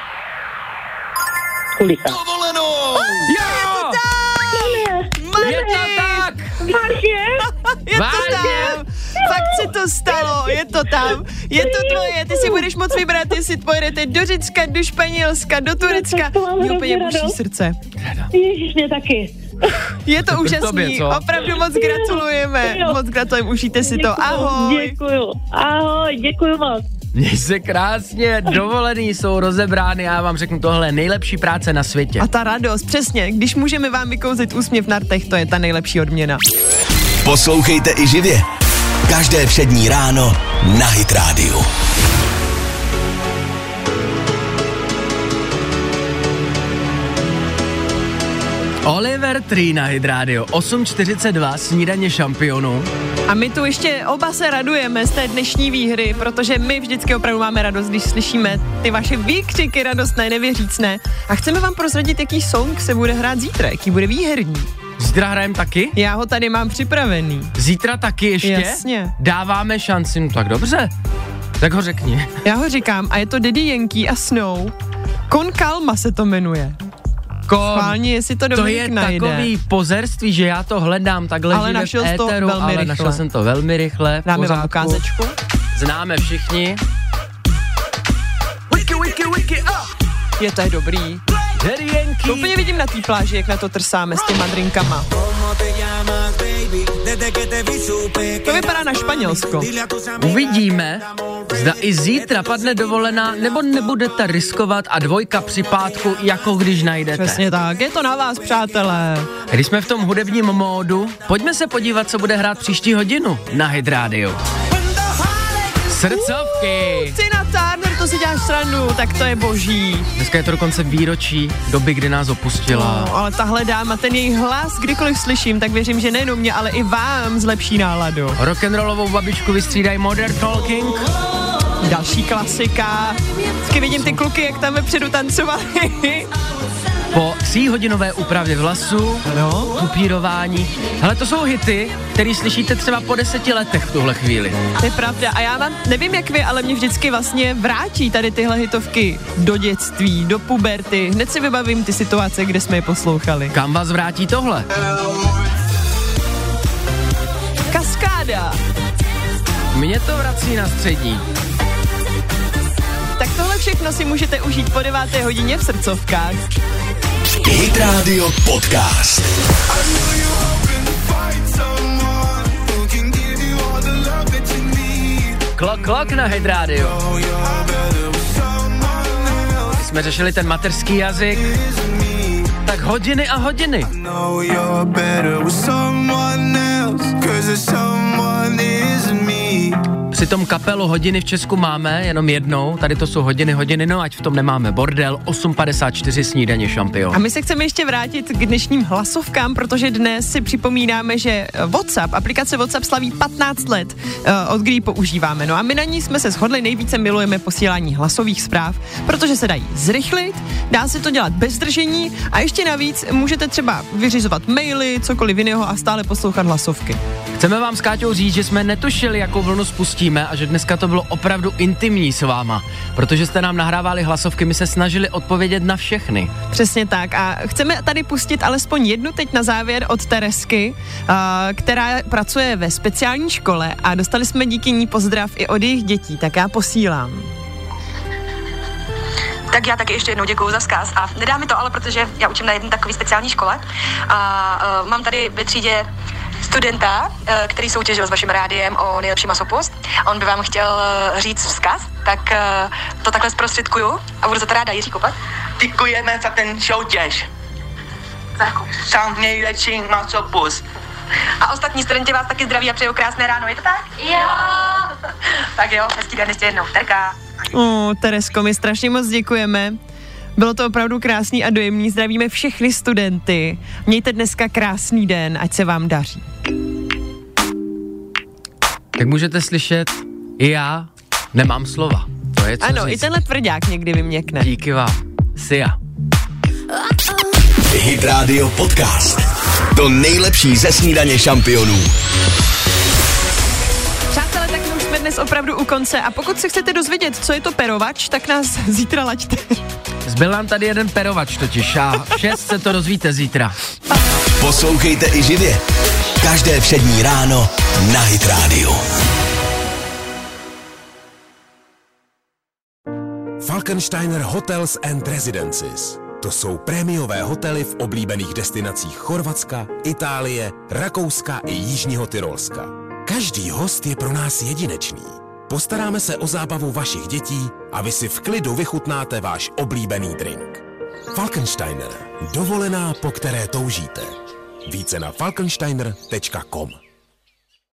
E: Kulika.
G: dovolenou.
B: Jo! Je to tak!
E: Vážně?
C: Je to
B: Vážně?
C: tam! Fakt se to stalo, je to tam. Je to tvoje, ty si budeš moc vybrat, jestli pojedete do Řecka, do Španělska, do Turecka.
E: tak to mám
C: Mě úplně
E: hrozně
C: buší
E: radost.
C: srdce.
E: Ježiš, mě taky.
C: Je to úžasný,
B: tobě, co?
C: opravdu moc gratulujeme.
E: Jo.
C: Moc gratulujeme, užijte si to. Ahoj.
E: Děkuju. Ahoj, děkuju moc.
B: Měj se krásně, dovolený jsou rozebrány, já vám řeknu, tohle je nejlepší práce na světě.
C: A ta radost, přesně, když můžeme vám vykouzit úsměv na rtech, to je ta nejlepší odměna.
G: Poslouchejte i živě. Každé všední ráno na Hit Radio.
B: Oliver Tree na Hit Radio, osm čtyřicet dva, snídaně šampionů.
C: A my tu ještě oba se radujeme z té dnešní výhry, protože my vždycky opravdu máme radost, když slyšíme ty vaše výkřiky radostné, nevěřícné. A chceme vám prozradit, jaký song se bude hrát zítra, jaký bude výherní.
B: Zítra hrajem taky?
C: Já ho tady mám připravený.
B: Zítra taky ještě?
C: Jasně.
B: Dáváme šanci, no tak dobře. Tak ho řekni.
C: Já ho říkám a je to Daddy Yankee a Snow. Con Calma se to jmenuje.
B: Kon,
C: Schválně, jestli to
B: to
C: Dominik
B: je
C: najde.
B: takový pozerství, že já to hledám takhle
C: Ale
B: živé
C: našel
B: v
C: jsi to
B: éteru,
C: velmi
B: ale
C: rychle.
B: našel jsem to velmi rychle. v
C: Dáme vám
B: pořádku.
C: ukázečku.
B: Známe všichni. Wiki, wiki, wiki, ah!
C: Je to je dobrý.
B: Daddy Yankee.
C: To úplně vidím na té pláži, jak na to trsáme s těma drinkama. To vypadá na Španělsko.
B: Uvidíme, zda i zítra padne dovolená, nebo nebudete riskovat a dvojka při pátku, jako když najdete.
C: Přesně tak, je to na vás, přátelé.
B: Když jsme v tom hudebním módu, pojďme se podívat, co bude hrát příští hodinu na Hit Radio. Srdcovky.
C: Tina Turner, to si děláš srandu, tak to je boží.
B: Dneska je to dokonce výročí doby, kdy nás opustila.
C: No, ale tahle dáma, ten její hlas, kdykoliv slyším, tak věřím, že nejenom mě, ale i vám zlepší náladu.
B: Rock'n'rollovou babičku vystřídají Modern Talking.
C: Další klasika. Vždycky vidím ty kluky, jak tam vepředu tancovali.
B: po tříhodinové úpravě vlasu,
C: no.
B: kupírování. Hele, to jsou hity, které slyšíte třeba po deseti letech v tuhle chvíli.
C: To je pravda a já mám, nevím jak vy, ale mě vždycky vlastně vrátí tady tyhle hitovky do dětství, do puberty. Hned si vybavím ty situace, kde jsme je poslouchali.
B: Kam vás vrátí tohle?
C: Kaskáda.
B: Mě to vrací na střední.
C: Tak tohle všechno si můžete užít po deváté hodině v srdcovkách.
G: Hit Radio Podcast.
B: Klok, klok na Hit Radio. Když jsme řešili ten mateřský jazyk, tak hodiny a hodiny. Přitom kapelu Hodiny v Česku máme jenom jednou, tady to jsou hodiny, hodiny, no ať v tom nemáme bordel, osm padesát čtyři snídaně šampion.
C: A my se chceme ještě vrátit k dnešním hlasovkám, protože dnes si připomínáme, že WhatsApp, aplikace WhatsApp slaví patnáct let, od kdy ji používáme. No a my na ní jsme se shodli, nejvíce milujeme posílání hlasových zpráv, protože se dají zrychlit, dá se to dělat bez zdržení a ještě navíc můžete třeba vyřizovat maily, cokoliv jiného a stále poslouchat hlasovky.
B: Chceme vám s Káťou říct, že jsme netušili, jakou vlnu spustíme a že dneska to bylo opravdu intimní s váma, protože jste nám nahrávali hlasovky, my se snažili odpovědět na všechny.
C: Přesně tak a chceme tady pustit alespoň jednu teď na závěr od Teresky, která pracuje ve speciální škole a dostali jsme díky ní pozdrav i od jejich dětí, tak já posílám.
I: Tak já taky ještě jednou děkuju za vzkaz a nedá mi to ale, protože já učím na jedné takové speciální škole a uh, mám tady ve třídě studenta, uh, který soutěžil s vaším rádiem o nejlepší masopust. On by vám chtěl uh, říct vzkaz, tak uh, to takhle zprostředkuju a budu za to ráda. Jiří Kopat.
J: Děkujeme za ten soutěž.
I: Za jakou?
J: Sam nejlepší masopust.
I: A ostatní studenti vás taky zdraví a přeju krásné ráno, je to tak? Jo! Tak jo, hezký den ještě jednou. Terka.
C: O, Teresko, my strašně moc děkujeme. Bylo to opravdu krásný a dojemný. Zdravíme všechny studenty. Mějte dneska krásný den, ať se vám daří.
B: Jak můžete slyšet, i já nemám slova. To je co
C: ano,
B: říct.
C: I tenhle tvrdák někdy vyměkne.
B: Díky vám. Sia.
G: Hit Radio Podcast. To nejlepší ze snídaně šampionů.
C: Přátelé, tak my už jsme dnes opravdu u konce a pokud se chcete dozvědět, co je to perovač, tak nás zítra laďte.
B: Zbyl nám tady jeden perovač totiž a v šest se to dozvíte zítra.
G: Poslouchejte i živě. Každé všední ráno na Hit Radio.
A: Falkensteiner Hotels and Residences. To jsou prémiové hotely v oblíbených destinacích Chorvatska, Itálie, Rakouska i Jižního Tyrolska. Každý host je pro nás jedinečný. Postaráme se o zábavu vašich dětí a vy si v klidu vychutnáte váš oblíbený drink. Falkensteiner. Dovolená, po které toužíte. Více na falkensteiner tečka com.